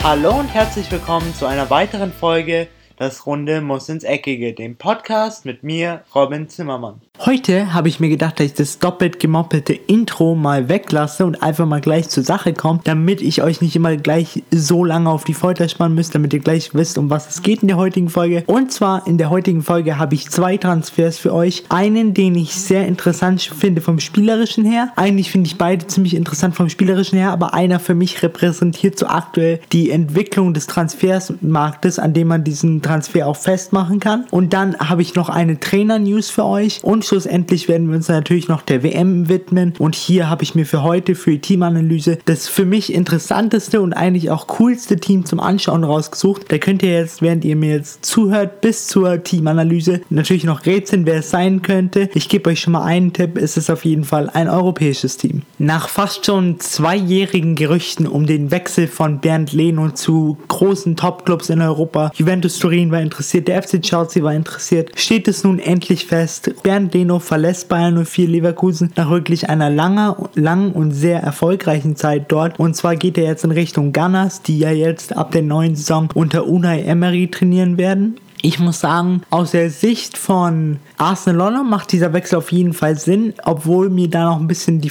Hallo und herzlich willkommen zu einer weiteren Folge Das Runde muss ins Eckige, dem Podcast mit mir, Robin Zimmermann. Heute habe ich mir gedacht, dass ich das doppelt gemoppelte Intro mal weglasse und einfach mal gleich zur Sache komme, damit ich euch nicht immer gleich so lange auf die Folter spannen müsst, damit ihr gleich wisst, um was es geht in der heutigen Folge. Und zwar in der heutigen Folge habe ich 2 Transfers für euch. Einen, den ich sehr interessant finde vom Spielerischen her. Eigentlich finde ich beide ziemlich interessant vom Spielerischen her, aber einer für mich repräsentiert so aktuell die Entwicklung des Transfermarktes, an dem man diesen Transfer auch festmachen kann. Und dann habe ich noch eine Trainer-News für euch und schlussendlich werden wir uns natürlich noch der WM widmen. Und hier habe ich mir für heute, für die Teamanalyse, das für mich interessanteste und eigentlich auch coolste Team zum Anschauen rausgesucht. Da könnt ihr jetzt, während ihr mir jetzt zuhört, bis zur Teamanalyse natürlich noch rätseln, wer es sein könnte. Ich gebe euch schon mal einen Tipp, es ist auf jeden Fall ein europäisches Team. Nach fast schon 2-jährigen Gerüchten um den Wechsel von Bernd Leno zu großen Topclubs in Europa, Juventus Turin war interessiert, der FC Chelsea war interessiert, steht es nun endlich fest. Bernd Leno verlässt Bayern 04 Leverkusen nach wirklich einer langen und sehr erfolgreichen Zeit dort. Und zwar geht er jetzt in Richtung Gunners, die ja jetzt ab der neuen Saison unter Unai Emery trainieren werden. Ich muss sagen, aus der Sicht von Arsenal London macht dieser Wechsel auf jeden Fall Sinn, obwohl sich mir da noch ein bisschen die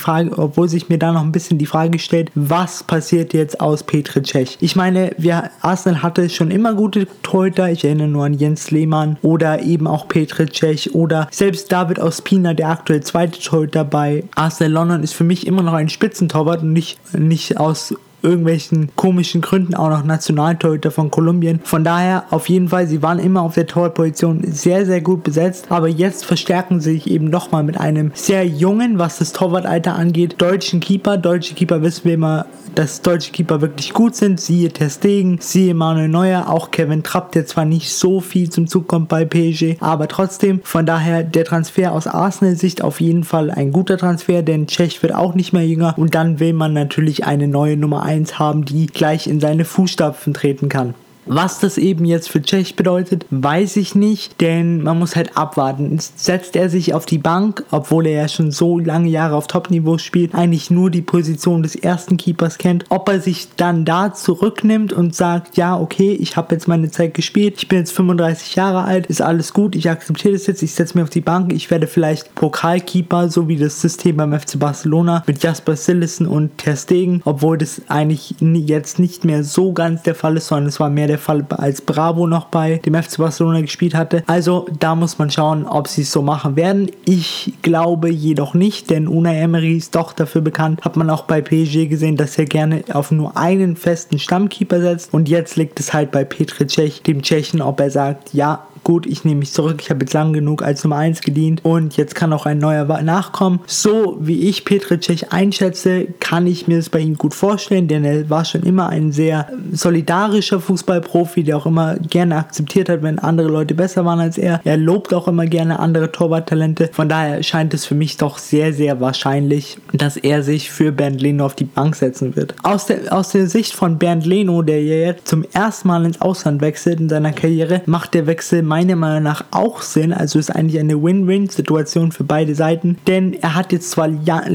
Frage stellt, was passiert jetzt aus Petr Cech? Ich meine, Arsenal hatte schon immer gute Torhüter, ich erinnere nur an Jens Lehmann oder eben auch Petr Cech oder selbst David Ospina, der aktuell zweite Torhüter bei Arsenal London, ist für mich immer noch ein Spitzentorwart und nicht aus irgendwelchen komischen Gründen auch noch Nationaltorhüter von Kolumbien. Von daher auf jeden Fall, sie waren immer auf der Torwartposition sehr, sehr gut besetzt, aber jetzt verstärken sie sich eben nochmal mit einem sehr jungen, was das Torwartalter angeht, deutschen Keeper. Deutsche Keeper wissen wir immer, dass deutsche Keeper wirklich gut sind. Siehe Ter Stegen, siehe Manuel Neuer, auch Kevin Trapp, der zwar nicht so viel zum Zug kommt bei PSG, aber trotzdem, von daher der Transfer aus Arsenal-Sicht auf jeden Fall ein guter Transfer, denn Cech wird auch nicht mehr jünger und dann will man natürlich eine neue Nummer 1 haben, die gleich in seine Fußstapfen treten kann. Was das eben jetzt für Cech bedeutet, weiß ich nicht, denn man muss halt abwarten. Setzt er sich auf die Bank, obwohl er ja schon so lange Jahre auf Top-Niveau spielt, eigentlich nur die Position des ersten Keepers kennt, ob er sich dann da zurücknimmt und sagt, ja, okay, ich habe jetzt meine Zeit gespielt, ich bin jetzt 35 Jahre alt, ist alles gut, ich akzeptiere das jetzt, ich setze mich auf die Bank, ich werde vielleicht Pokalkeeper, so wie das System beim FC Barcelona mit Jasper Cillessen und Ter Stegen, obwohl das eigentlich jetzt nicht mehr so ganz der Fall ist, sondern es war mehr der Fall, als Bravo noch bei dem FC Barcelona gespielt hatte. Also da muss man schauen, ob sie es so machen werden. Ich glaube jedoch nicht, denn Unai Emery ist doch dafür bekannt, hat man auch bei PSG gesehen, dass er gerne auf nur einen festen Stammkeeper setzt und jetzt liegt es halt bei Petr Cech, dem Tschechen, ob er sagt, ja, gut, ich nehme mich zurück, ich habe jetzt lang genug als Nummer 1 gedient und jetzt kann auch ein neuer nachkommen. So wie ich Petr Cech einschätze, kann ich mir das bei ihm gut vorstellen, denn er war schon immer ein sehr solidarischer Fußballprofi, der auch immer gerne akzeptiert hat, wenn andere Leute besser waren als er. Er lobt auch immer gerne andere Torwarttalente. Von daher scheint es für mich doch sehr, sehr wahrscheinlich, dass er sich für Bernd Leno auf die Bank setzen wird. Aus der Sicht von Bernd Leno, der ja jetzt zum ersten Mal ins Ausland wechselt in seiner Karriere, macht der Wechsel meiner Meinung nach auch Sinn, also ist eigentlich eine Win-Win-Situation für beide Seiten, denn er hat jetzt zwar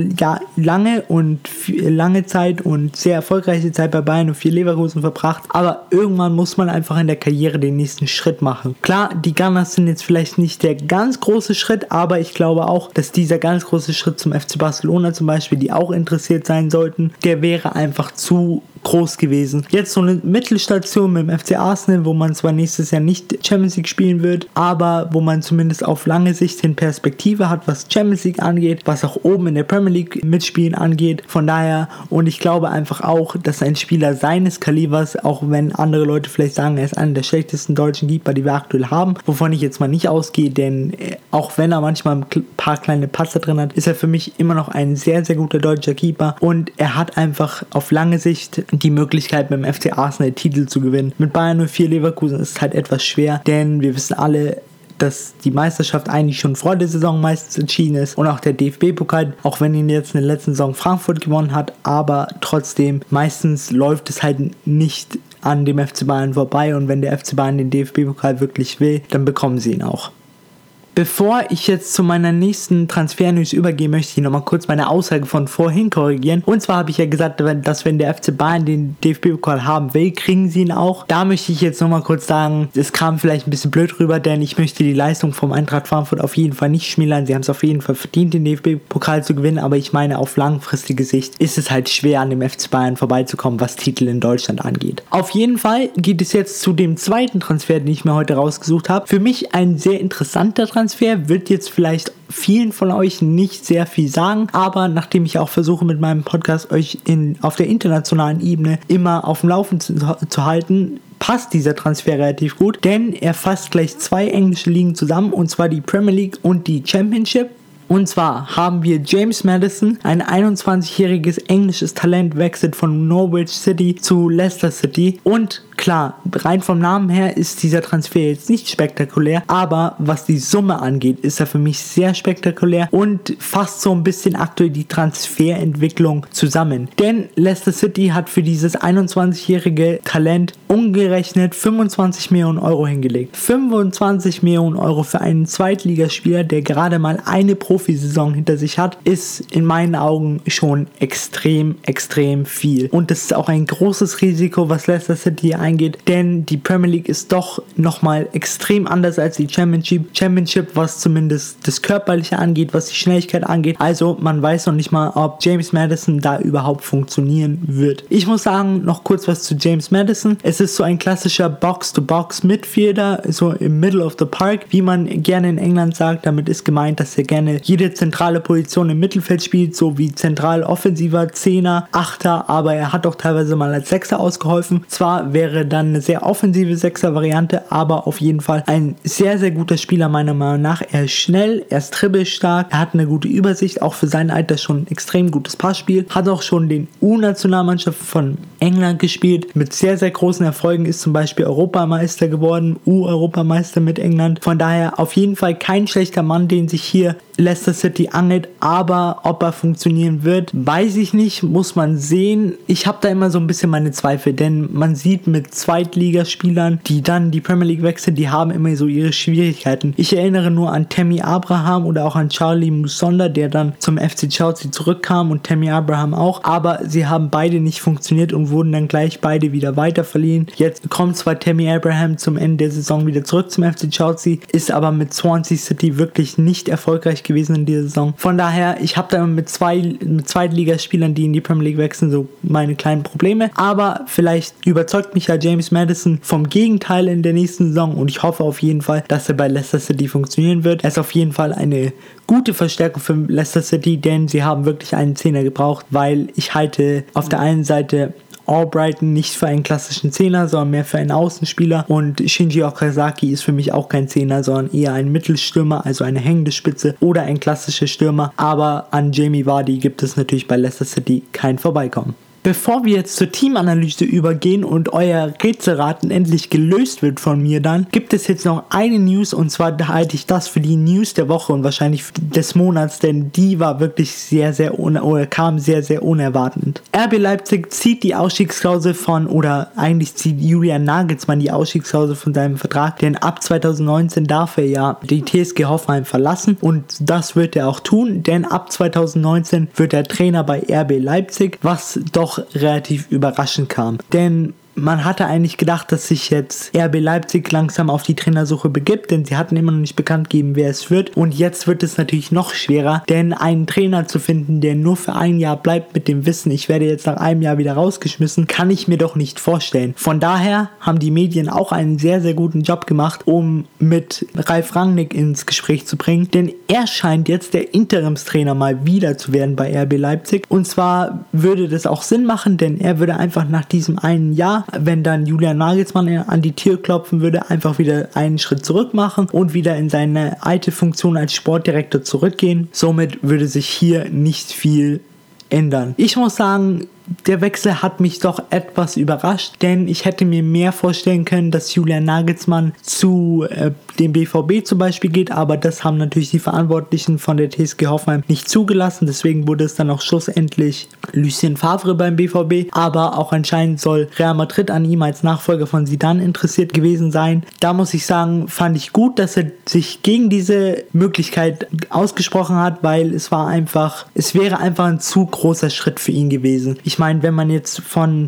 lange Zeit und sehr erfolgreiche Zeit bei Bayern 04 Leverkusen verbracht, aber irgendwann muss man einfach in der Karriere den nächsten Schritt machen. Klar, die Gunners sind jetzt vielleicht nicht der ganz große Schritt, aber ich glaube auch, dass dieser ganz große Schritt zum FC Barcelona zum Beispiel, die auch interessiert sein sollten, der wäre einfach zu groß gewesen. Jetzt so eine Mittelstation mit dem FC Arsenal, wo man zwar nächstes Jahr nicht Champions League spielen wird, aber wo man zumindest auf lange Sicht hin Perspektive hat, was Champions League angeht, was auch oben in der Premier League mitspielen angeht. Von daher, und ich glaube einfach auch, dass ein Spieler seines Kalibers, auch wenn andere Leute vielleicht sagen, er ist einer der schlechtesten deutschen Keeper, die wir aktuell haben, wovon ich jetzt mal nicht ausgehe, denn auch wenn er manchmal ein paar kleine Patzer drin hat, ist er für mich immer noch ein sehr, sehr guter deutscher Keeper und er hat einfach auf lange Sicht die Möglichkeit, mit dem FC Arsenal Titel zu gewinnen. Mit Bayern 04 Leverkusen ist es halt etwas schwer, denn wir wissen alle, dass die Meisterschaft eigentlich schon vor der Saison meistens entschieden ist und auch der DFB-Pokal, auch wenn ihn jetzt in der letzten Saison Frankfurt gewonnen hat, aber trotzdem, meistens läuft es halt nicht an dem FC Bayern vorbei und wenn der FC Bayern den DFB-Pokal wirklich will, dann bekommen sie ihn auch. Bevor ich jetzt zu meiner nächsten Transfer-News übergehe, möchte ich nochmal kurz meine Aussage von vorhin korrigieren. Und zwar habe ich ja gesagt, dass wenn der FC Bayern den DFB-Pokal haben will, kriegen sie ihn auch. Da möchte ich jetzt nochmal kurz sagen, es kam vielleicht ein bisschen blöd rüber, denn ich möchte die Leistung vom Eintracht Frankfurt auf jeden Fall nicht schmälern. Sie haben es auf jeden Fall verdient, den DFB-Pokal zu gewinnen, aber ich meine, auf langfristige Sicht ist es halt schwer, an dem FC Bayern vorbeizukommen, was Titel in Deutschland angeht. Auf jeden Fall geht es jetzt zu dem zweiten Transfer, den ich mir heute rausgesucht habe. Für mich ein sehr interessanter Transfer, wird jetzt vielleicht vielen von euch nicht sehr viel sagen, aber nachdem ich auch versuche mit meinem Podcast euch auf der internationalen Ebene immer auf dem Laufenden zu halten, passt dieser Transfer relativ gut, denn er fasst gleich 2 englische Ligen zusammen, und zwar die Premier League und die Championship. Und zwar haben wir James Maddison, ein 21-jähriges englisches Talent, wechselt von Norwich City zu Leicester City. Und klar, rein vom Namen her ist dieser Transfer jetzt nicht spektakulär, aber was die Summe angeht, ist er für mich sehr spektakulär und fasst so ein bisschen aktuell die Transferentwicklung zusammen. Denn Leicester City hat für dieses 21-jährige Talent umgerechnet 25 Millionen Euro hingelegt. 25 Millionen Euro für einen Zweitligaspieler, der gerade mal eine Profisaison hinter sich hat, ist in meinen Augen schon extrem, extrem viel. Und das ist auch ein großes Risiko, was Leicester City eingeht, denn die Premier League ist doch nochmal extrem anders als die Championship, was zumindest das Körperliche angeht, was die Schnelligkeit angeht. Also man weiß noch nicht mal, ob James Maddison da überhaupt funktionieren wird. Ich muss sagen, noch kurz was zu James Maddison. Es ist so ein klassischer Box-to-Box-Midfielder, so im Middle of the Park, wie man gerne in England sagt. Damit ist gemeint, dass er gerne jede zentrale Position im Mittelfeld spielt, so wie zentral offensiver, Zehner, Achter, aber er hat auch teilweise mal als Sechser ausgeholfen. Zwar wäre dann eine sehr offensive Sechser-Variante, aber auf jeden Fall ein sehr, sehr guter Spieler meiner Meinung nach. Er ist schnell, er ist dribbelstark, er hat eine gute Übersicht, auch für sein Alter schon ein extrem gutes Passspiel, hat auch schon den U-Nationalmannschaft von England gespielt, mit sehr, sehr großen Erfolgen, ist zum Beispiel Europameister geworden, U-Europameister mit England. Von daher auf jeden Fall kein schlechter Mann, den sich hier Leicester City angelt, aber ob er funktionieren wird, weiß ich nicht, muss man sehen. Ich habe da immer so ein bisschen meine Zweifel, denn man sieht mit Zweitligaspielern, die dann die Premier League wechseln, die haben immer so ihre Schwierigkeiten. Ich erinnere nur an Tammy Abraham oder auch an Charlie Musonda, der dann zum FC Chelsea zurückkam, und Tammy Abraham auch, aber sie haben beide nicht funktioniert und wurden dann gleich beide wieder weiter verliehen. Jetzt kommt zwar Tammy Abraham zum Ende der Saison wieder zurück zum FC Chelsea, ist aber mit Swansea City wirklich nicht erfolgreich gewesen in dieser Saison. Von daher, ich habe da mit Zweitligaspielern, die in die Premier League wechseln, so meine kleinen Probleme, aber vielleicht überzeugt mich ja James Maddison vom Gegenteil in der nächsten Saison, und ich hoffe auf jeden Fall, dass er bei Leicester City funktionieren wird. Er ist auf jeden Fall eine gute Verstärkung für Leicester City, denn sie haben wirklich einen Zehner gebraucht, weil ich halte auf der einen Seite Albrighton nicht für einen klassischen Zehner, sondern mehr für einen Außenspieler, und Shinji Okazaki ist für mich auch kein Zehner, sondern eher ein Mittelstürmer, also eine hängende Spitze oder ein klassischer Stürmer, aber an Jamie Vardy gibt es natürlich bei Leicester City kein Vorbeikommen. Bevor wir jetzt zur Teamanalyse übergehen und euer Rätselraten endlich gelöst wird von mir, dann gibt es jetzt noch eine News, und zwar halte ich das für die News der Woche und wahrscheinlich des Monats, denn die war wirklich kam sehr, sehr unerwartend. RB Leipzig zieht die Ausstiegsklausel eigentlich zieht Julian Nagelsmann die Ausstiegsklausel von seinem Vertrag, denn ab 2019 darf er ja die TSG Hoffenheim verlassen, und das wird er auch tun, denn ab 2019 wird er Trainer bei RB Leipzig, was doch relativ überraschend kam. Denn man hatte eigentlich gedacht, dass sich jetzt RB Leipzig langsam auf die Trainersuche begibt, denn sie hatten immer noch nicht bekannt gegeben, wer es wird. Und jetzt wird es natürlich noch schwerer, denn einen Trainer zu finden, der nur für ein Jahr bleibt mit dem Wissen, ich werde jetzt nach einem Jahr wieder rausgeschmissen, kann ich mir doch nicht vorstellen. Von daher haben die Medien auch einen sehr, sehr guten Job gemacht, um mit Ralf Rangnick ins Gespräch zu bringen, denn er scheint jetzt der Interimstrainer mal wieder zu werden bei RB Leipzig. Und zwar würde das auch Sinn machen, denn er würde einfach nach diesem einen Jahr, wenn dann Julian Nagelsmann an die Tür klopfen würde, einfach wieder einen Schritt zurück machen und wieder in seine alte Funktion als Sportdirektor zurückgehen. Somit würde sich hier nicht viel ändern. Ich muss sagen, der Wechsel hat mich doch etwas überrascht, denn ich hätte mir mehr vorstellen können, dass Julian Nagelsmann zu dem BVB zum Beispiel geht, aber das haben natürlich die Verantwortlichen von der TSG Hoffenheim nicht zugelassen, deswegen wurde es dann auch schlussendlich Lucien Favre beim BVB, aber auch anscheinend soll Real Madrid an ihm als Nachfolger von Zidane interessiert gewesen sein. Da muss ich sagen, fand ich gut, dass er sich gegen diese Möglichkeit ausgesprochen hat, weil es wäre einfach ein zu großer Schritt für ihn gewesen. Ich meine, wenn man jetzt von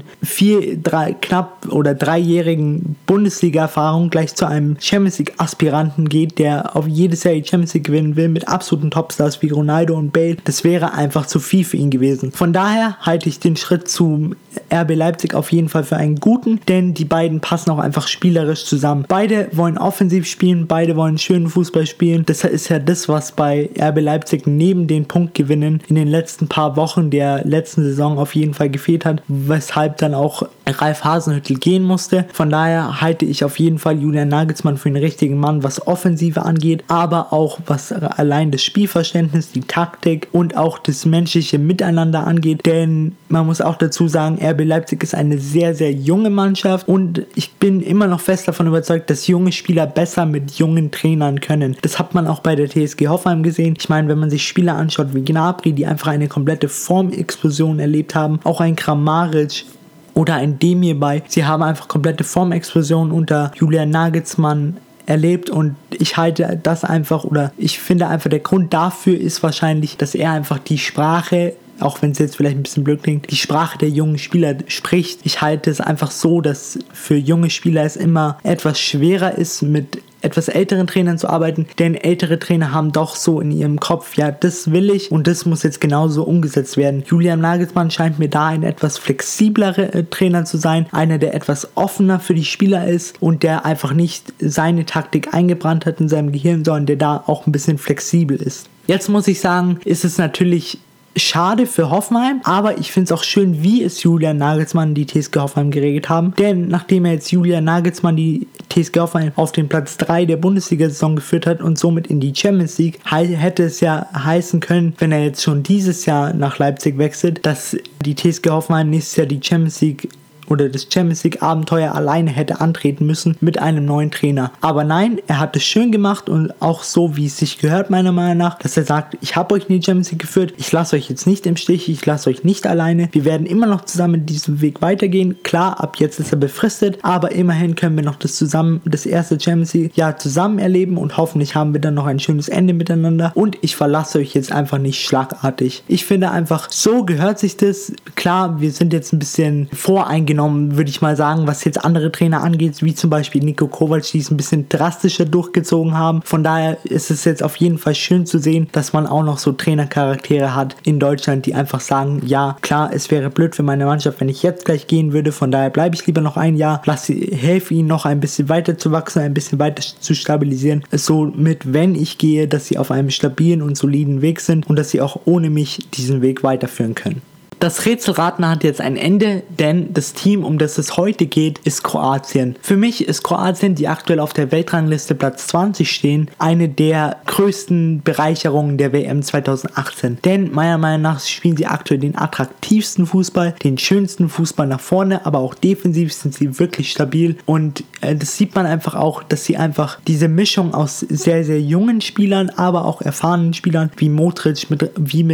3-jährigen Bundesliga-Erfahrung gleich zu einem Champions League-Aspiranten geht, der auf jedes Jahr die Champions League gewinnen will, mit absoluten Topstars wie Ronaldo und Bale, das wäre einfach zu viel für ihn gewesen. Von daher halte ich den Schritt zu RB Leipzig auf jeden Fall für einen guten, denn die beiden passen auch einfach spielerisch zusammen. Beide wollen offensiv spielen, beide wollen schönen Fußball spielen. Das ist ja das, was bei RB Leipzig neben den Punktgewinnen in den letzten paar Wochen der letzten Saison auf jeden Fall gefehlt hat, weshalb dann auch Ralf Hasenhüttl gehen musste. Von daher halte ich auf jeden Fall Julian Nagelsmann für den richtigen Mann, was Offensive angeht, aber auch was allein das Spielverständnis, die Taktik und auch das menschliche Miteinander angeht, denn man muss auch dazu sagen, RB Leipzig ist eine sehr, sehr junge Mannschaft und ich bin immer noch fest davon überzeugt, dass junge Spieler besser mit jungen Trainern können. Das hat man auch bei der TSG Hoffenheim gesehen. Ich meine, wenn man sich Spieler anschaut wie Gnabry, die einfach eine komplette Formexplosion erlebt haben, auch ein Kramaric oder ein Demirbay, sie haben einfach komplette Formexplosionen unter Julian Nagelsmann erlebt und ich halte das einfach, oder ich finde einfach, der Grund dafür ist wahrscheinlich, dass er einfach die Sprache, auch wenn es jetzt vielleicht ein bisschen blöd klingt, die Sprache der jungen Spieler spricht. Ich halte es einfach so, dass für junge Spieler es immer etwas schwerer ist, mit etwas älteren Trainern zu arbeiten, denn ältere Trainer haben doch so in ihrem Kopf, ja, das will ich und das muss jetzt genauso umgesetzt werden. Julian Nagelsmann scheint mir da ein etwas flexiblerer Trainer zu sein, einer, der etwas offener für die Spieler ist und der einfach nicht seine Taktik eingebrannt hat in seinem Gehirn, sondern der da auch ein bisschen flexibel ist. Jetzt muss ich sagen, ist es natürlich schade für Hoffenheim, aber ich finde es auch schön, wie es Julian Nagelsmann die TSG Hoffenheim geregelt haben, denn nachdem er jetzt Julian Nagelsmann die TSG Hoffenheim auf den Platz 3 der Bundesliga-Saison geführt hat und somit in die Champions League, hätte es ja heißen können, wenn er jetzt schon dieses Jahr nach Leipzig wechselt, dass die TSG Hoffenheim nächstes Jahr die Champions League oder das Champions League Abenteuer alleine hätte antreten müssen mit einem neuen Trainer. Aber nein, er hat es schön gemacht und auch so, wie es sich gehört, meiner Meinung nach, dass er sagt, ich habe euch in die Champions League geführt, ich lasse euch jetzt nicht im Stich, ich lasse euch nicht alleine, wir werden immer noch zusammen diesen Weg weitergehen. Klar, ab jetzt ist er befristet, aber immerhin können wir noch das erste Champions League Jahr zusammen erleben und hoffentlich haben wir dann noch ein schönes Ende miteinander und ich verlasse euch jetzt einfach nicht schlagartig. Ich finde einfach, so gehört sich das. Klar, wir sind jetzt ein bisschen voreingenommen, würde ich mal sagen, was jetzt andere Trainer angeht, wie zum Beispiel Niko Kovac, die es ein bisschen drastischer durchgezogen haben. Von daher ist es jetzt auf jeden Fall schön zu sehen, dass man auch noch so Trainercharaktere hat in Deutschland, die einfach sagen, ja, klar, es wäre blöd für meine Mannschaft, wenn ich jetzt gleich gehen würde, von daher bleibe ich lieber noch ein Jahr, helfe ihnen noch ein bisschen weiter zu wachsen, ein bisschen weiter zu stabilisieren, somit, wenn ich gehe, dass sie auf einem stabilen und soliden Weg sind und dass sie auch ohne mich diesen Weg weiterführen können. Das Rätselraten hat jetzt ein Ende, denn das Team, um das es heute geht, ist Kroatien. Für mich ist Kroatien, die aktuell auf der Weltrangliste Platz 20 stehen, eine der größten Bereicherungen der WM 2018. Denn meiner Meinung nach spielen sie aktuell den attraktivsten Fußball, den schönsten Fußball nach vorne, aber auch defensiv sind sie wirklich stabil und das sieht man einfach auch, dass sie einfach diese Mischung aus sehr, sehr jungen Spielern, aber auch erfahrenen Spielern wie Modric, mit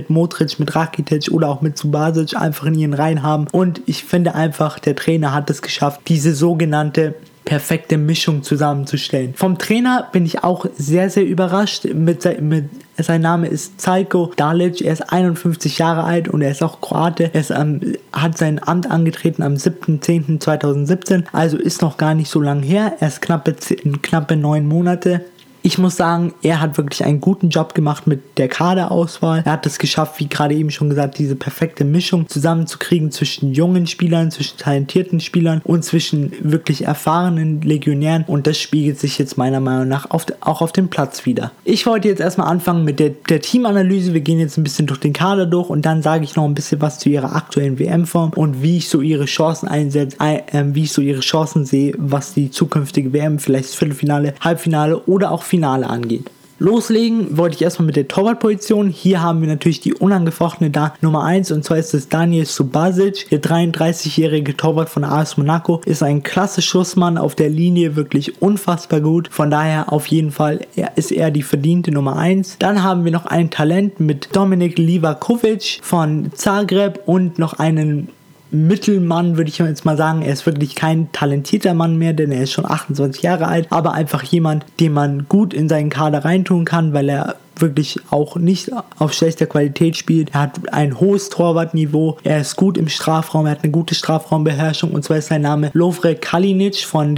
Rakitic oder auch mit Subasic einfach in ihren Reihen haben und ich finde einfach, der Trainer hat es geschafft, diese sogenannte perfekte Mischung zusammenzustellen. Vom Trainer bin ich auch sehr, sehr überrascht. Sein Name ist Zeljko Dalic, er ist 51 Jahre alt und er ist auch Kroate. Er hat sein Amt angetreten am 7.10.2017, also ist noch gar nicht so lange her. Er ist knappe 9 Monate. Ich muss sagen, er hat wirklich einen guten Job gemacht mit der Kaderauswahl. Er hat es geschafft, wie gerade eben schon gesagt, diese perfekte Mischung zusammenzukriegen zwischen jungen Spielern, zwischen talentierten Spielern und zwischen wirklich erfahrenen Legionären. Und das spiegelt sich jetzt meiner Meinung nach auch auf dem Platz wieder. Ich wollte jetzt erstmal anfangen mit der Teamanalyse. Wir gehen jetzt ein bisschen durch den Kader durch und dann sage ich noch ein bisschen was zu ihrer aktuellen WM-Form und wie ich so ihre Chancen sehe, was die zukünftige WM, vielleicht das Viertelfinale, Halbfinale oder auch Finale angeht. Loslegen wollte ich erstmal mit der Torwartposition. Hier haben wir natürlich die unangefochtene Nummer 1 und zwar ist es Daniel Subasic. Der 33-jährige Torwart von AS Monaco ist ein klasse Schussmann auf der Linie, wirklich unfassbar gut. Von daher auf jeden Fall ist er die verdiente Nummer 1. Dann haben wir noch ein Talent mit Dominik Livakovic von Zagreb und noch einen Mittelmann, würde ich jetzt mal sagen. Er ist wirklich kein talentierter Mann mehr, denn er ist schon 28 Jahre alt, aber einfach jemand, den man gut in seinen Kader reintun kann, weil er wirklich auch nicht auf schlechter Qualität spielt. Er hat ein hohes Torwartniveau, er ist gut im Strafraum, er hat eine gute Strafraumbeherrschung und zwar ist sein Name Lovre Kalinic vom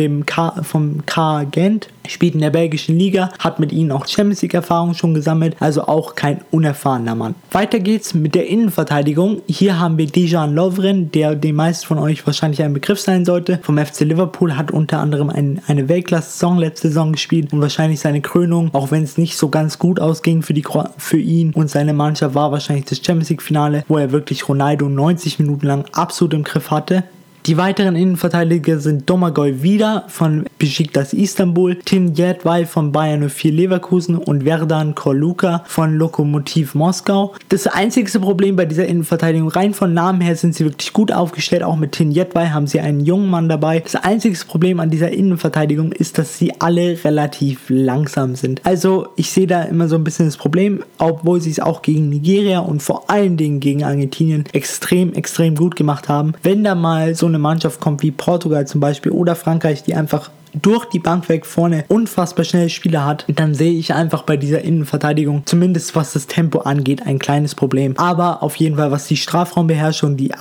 KA Gent. Er spielt in der belgischen Liga, hat mit ihnen auch Champions League Erfahrung schon gesammelt, also auch kein unerfahrener Mann. Weiter geht's mit der Innenverteidigung. Hier haben wir Dejan Lovren, der den meisten von euch wahrscheinlich ein Begriff sein sollte. Vom FC Liverpool, hat unter anderem eine Weltklasse-Saison letzte Saison gespielt und wahrscheinlich seine Krönung, auch wenn es nicht so ganz gut ausging für ihn und seine Mannschaft, war wahrscheinlich das Champions League Finale, wo er wirklich Ronaldo 90 Minuten lang absolut im Griff hatte. Die weiteren Innenverteidiger sind Domagoj Vida von Beşiktaş Istanbul, Tin Jedvay von Bayern 04 Leverkusen und Verdan Korluka von Lokomotiv Moskau. Das einzige Problem bei dieser Innenverteidigung, rein von Namen her sind sie wirklich gut aufgestellt, auch mit Tin Jedvay haben sie einen jungen Mann dabei. Das einzige Problem an dieser Innenverteidigung ist, dass sie alle relativ langsam sind. Also ich sehe da immer so ein bisschen das Problem, obwohl sie es auch gegen Nigeria und vor allen Dingen gegen Argentinien extrem gut gemacht haben. Wenn da mal so eine Mannschaft kommt wie Portugal zum Beispiel oder Frankreich, die einfach durch die Bank weg vorne unfassbar schnelle Spieler hat, dann sehe ich einfach bei dieser Innenverteidigung, zumindest was das Tempo angeht, ein kleines Problem. Aber auf jeden Fall, was die Strafraumbeherrschung, die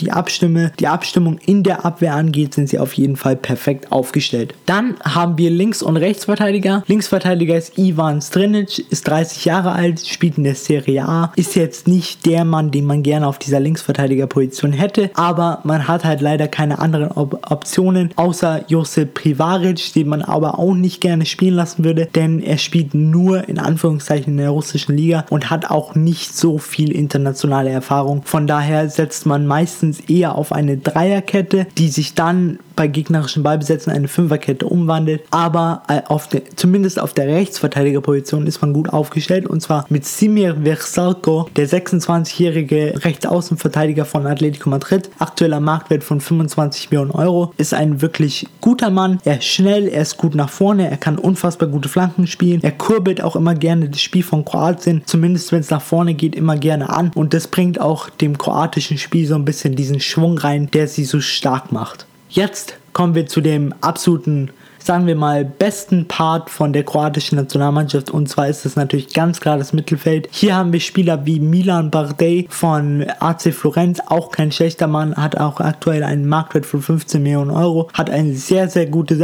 Abstimmung in der Abwehr angeht, sind sie auf jeden Fall perfekt aufgestellt. Dann haben wir Links- und Rechtsverteidiger. Linksverteidiger ist Ivan Strinic, ist 30 Jahre alt, spielt in der Serie A, ist jetzt nicht der Mann, den man gerne auf dieser Linksverteidigerposition hätte, aber man hat halt leider keine anderen Optionen, außer Josip Privari, den man aber auch nicht gerne spielen lassen würde, denn er spielt nur in Anführungszeichen in der russischen Liga und hat auch nicht so viel internationale Erfahrung. Von daher setzt man meistens eher auf eine Dreierkette, die sich dann bei gegnerischen Ballbesetzen eine Fünferkette umwandelt, aber zumindest auf der Rechtsverteidigerposition ist man gut aufgestellt und zwar mit Simir Versalco, der 26-jährige Rechtsaußenverteidiger von Atletico Madrid, aktueller Marktwert von 25 Millionen Euro, ist ein wirklich guter Mann, er ist schnell, er ist gut nach vorne, er kann unfassbar gute Flanken spielen, er kurbelt auch immer gerne das Spiel von Kroatien, zumindest wenn es nach vorne geht, immer gerne an und das bringt auch dem kroatischen Spiel so ein bisschen diesen Schwung rein, der sie so stark macht. Jetzt kommen wir zu dem absoluten, sagen wir mal, besten Part von der kroatischen Nationalmannschaft und zwar ist es natürlich ganz klar das Mittelfeld. Hier haben wir Spieler wie Milan Bardej von AC Florenz, auch kein schlechter Mann, hat auch aktuell einen Marktwert von 15 Millionen Euro, hat eine sehr gute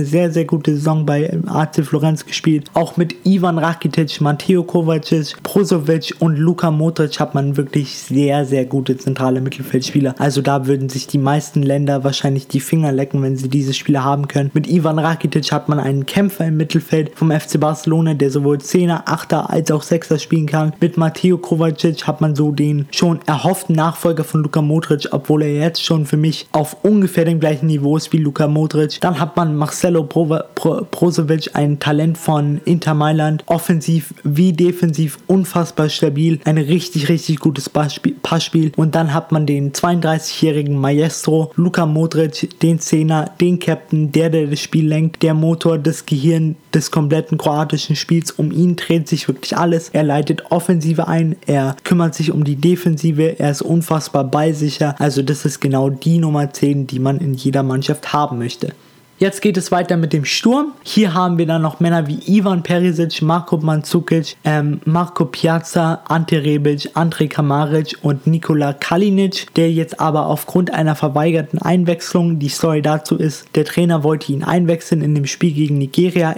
Saison bei AC Florenz gespielt. Auch mit Ivan Rakitic, Mateo Kovacic, Brozovic und Luka Modric hat man wirklich sehr gute zentrale Mittelfeldspieler. Also da würden sich die meisten Länder wahrscheinlich die Finger lecken, wenn sie diese Spieler haben können. Mit Ivan Rakitic hat man einen Kämpfer im Mittelfeld vom FC Barcelona, der sowohl 10er, 8er als auch 6er spielen kann. Mit Mateo Kovacic hat man so den schon erhofften Nachfolger von Luka Modric, obwohl er jetzt schon für mich auf ungefähr dem gleichen Niveau ist wie Luka Modric. Dann hat man Marcelo Brozovic, ein Talent von Inter Mailand, offensiv wie defensiv unfassbar stabil, ein richtig gutes Passspiel. Und dann hat man den 32-jährigen Maestro Luka Modric, den 10er, den Captain, der das Spiel lenkt, der Motor, das Gehirn des kompletten kroatischen Spiels. Um ihn dreht sich wirklich alles. Er leitet Offensive ein, er kümmert sich um die Defensive, er ist unfassbar ballsicher. Also das ist genau die Nummer 10, die man in jeder Mannschaft haben möchte. Jetzt geht es weiter mit dem Sturm. Hier haben wir dann noch Männer wie Ivan Perisic, Marko Mandzukic, Marco Piazza, Ante Rebic, Andrej Kramaric und Nikola Kalinic, der jetzt aber aufgrund einer verweigerten Einwechslung, die Story dazu ist, der Trainer wollte ihn einwechseln in dem Spiel gegen Nigeria,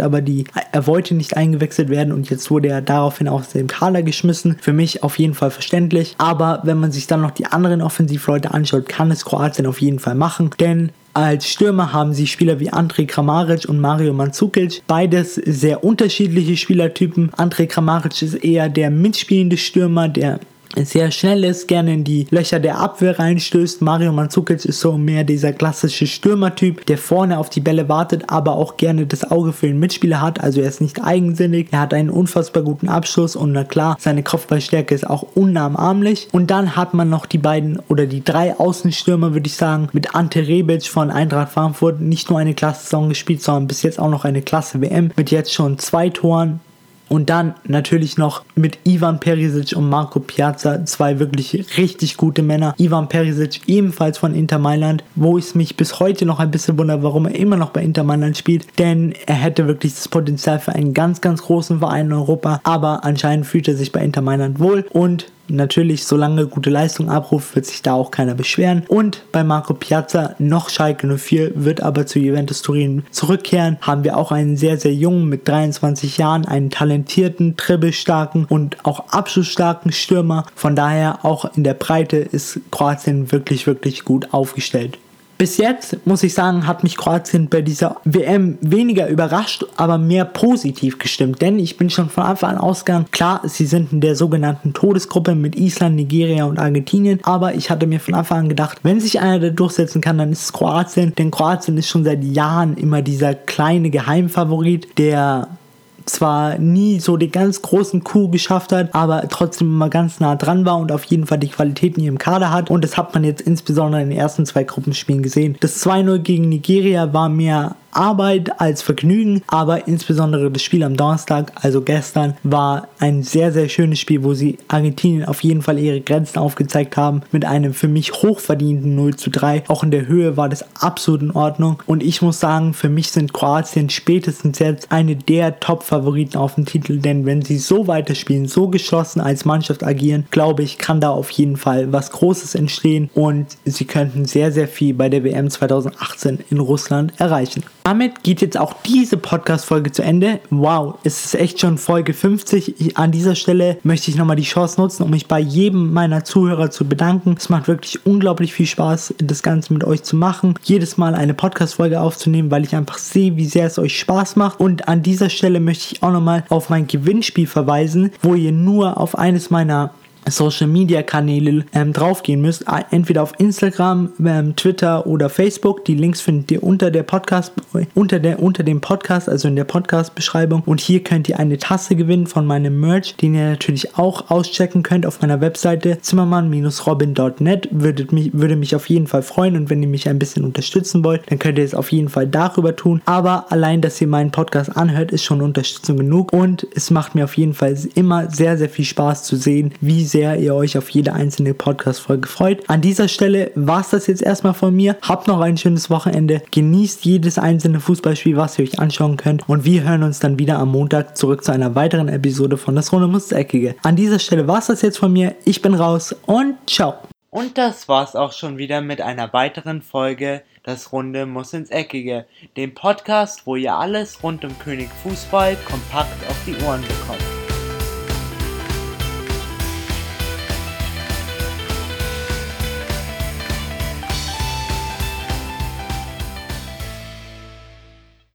er wollte nicht eingewechselt werden und jetzt wurde er daraufhin aus dem Kader geschmissen. Für mich auf jeden Fall verständlich, aber wenn man sich dann noch die anderen Offensivleute anschaut, kann es Kroatien auf jeden Fall machen, denn als Stürmer haben sie Spieler wie Andrej Kramaric und Mario Mandzukic, beides sehr unterschiedliche Spielertypen. Andrej Kramaric ist eher der mitspielende Stürmer, der sehr schnell ist, gerne in die Löcher der Abwehr reinstößt. Mario Mandzukic ist so mehr dieser klassische Stürmertyp, der vorne auf die Bälle wartet, aber auch gerne das Auge für den Mitspieler hat. Also er ist nicht eigensinnig, er hat einen unfassbar guten Abschluss und na klar, seine Kopfballstärke ist auch unnachahmlich. Und dann hat man noch die beiden oder die drei Außenstürmer, würde ich sagen, mit Ante Rebic von Eintracht Frankfurt nicht nur eine klasse Saison gespielt, sondern bis jetzt auch noch eine klasse WM mit jetzt schon 2 Toren. Und dann natürlich noch mit Ivan Perisic und Marco Piazza, 2 wirklich richtig gute Männer. Ivan Perisic ebenfalls von Inter Mailand, wo ich mich bis heute noch ein bisschen wundere, warum er immer noch bei Inter Mailand spielt, denn er hätte wirklich das Potenzial für einen ganz, ganz großen Verein in Europa, aber anscheinend fühlt er sich bei Inter Mailand wohl und natürlich, solange gute Leistung abruft, wird sich da auch keiner beschweren. Und bei Marco Piazza noch Schalke 04, wird aber zu Juventus Turin zurückkehren. Haben wir auch einen sehr, sehr jungen, mit 23 Jahren, einen talentierten, dribbelstarken und auch abschlussstarken Stürmer. Von daher auch in der Breite ist Kroatien wirklich, wirklich gut aufgestellt. Bis jetzt, muss ich sagen, hat mich Kroatien bei dieser WM weniger überrascht, aber mehr positiv gestimmt. Denn ich bin schon von Anfang an ausgegangen, klar, sie sind in der sogenannten Todesgruppe mit Island, Nigeria und Argentinien. Aber ich hatte mir von Anfang an gedacht, wenn sich einer da durchsetzen kann, dann ist es Kroatien. Denn Kroatien ist schon seit Jahren immer dieser kleine Geheimfavorit, der zwar nie so den ganz großen Coup geschafft hat, aber trotzdem immer ganz nah dran war und auf jeden Fall die Qualität in ihrem Kader hat. Und das hat man jetzt insbesondere in den ersten 2 Gruppenspielen gesehen. Das 2-0 gegen Nigeria war mehr Arbeit als Vergnügen, aber insbesondere das Spiel am Donnerstag, also gestern, war ein sehr, sehr schönes Spiel, wo sie Argentinien auf jeden Fall ihre Grenzen aufgezeigt haben, mit einem für mich hochverdienten 0:3. Auch in der Höhe war das absolut in Ordnung und ich muss sagen, für mich sind Kroatien spätestens jetzt eine der Top-Favoriten auf den Titel, denn wenn sie so weiterspielen, so geschlossen als Mannschaft agieren, glaube ich, kann da auf jeden Fall was Großes entstehen und sie könnten sehr, sehr viel bei der WM 2018 in Russland erreichen. Damit geht jetzt auch diese Podcast-Folge zu Ende. Wow, es ist echt schon Folge 50. An dieser Stelle möchte ich nochmal die Chance nutzen, um mich bei jedem meiner Zuhörer zu bedanken. Es macht wirklich unglaublich viel Spaß, das Ganze mit euch zu machen. Jedes Mal eine Podcast-Folge aufzunehmen, weil ich einfach sehe, wie sehr es euch Spaß macht. Und an dieser Stelle möchte ich auch nochmal auf mein Gewinnspiel verweisen, wo ihr nur auf eines meiner Social Media Kanäle draufgehen müsst, entweder auf Instagram, Twitter oder Facebook. Die Links findet ihr unter dem Podcast, also in der Podcast-Beschreibung. Und hier könnt ihr eine Tasse gewinnen von meinem Merch, den ihr natürlich auch auschecken könnt auf meiner Webseite zimmermann-robin.net. Würde mich auf jeden Fall freuen, und wenn ihr mich ein bisschen unterstützen wollt, dann könnt ihr es auf jeden Fall darüber tun. Aber allein, dass ihr meinen Podcast anhört, ist schon Unterstützung genug, und es macht mir auf jeden Fall immer sehr, sehr viel Spaß zu sehen, wie sehr ihr euch auf jede einzelne Podcast-Folge freut. An dieser Stelle war es das jetzt erstmal von mir. Habt noch ein schönes Wochenende. Genießt jedes einzelne Fußballspiel, was ihr euch anschauen könnt. Und wir hören uns dann wieder am Montag zurück zu einer weiteren Episode von Das Runde muss ins Eckige. An dieser Stelle war es das jetzt von mir. Ich bin raus und ciao. Und das war's auch schon wieder mit einer weiteren Folge Das Runde muss ins Eckige, dem Podcast, wo ihr alles rund um König Fußball kompakt auf die Ohren bekommt.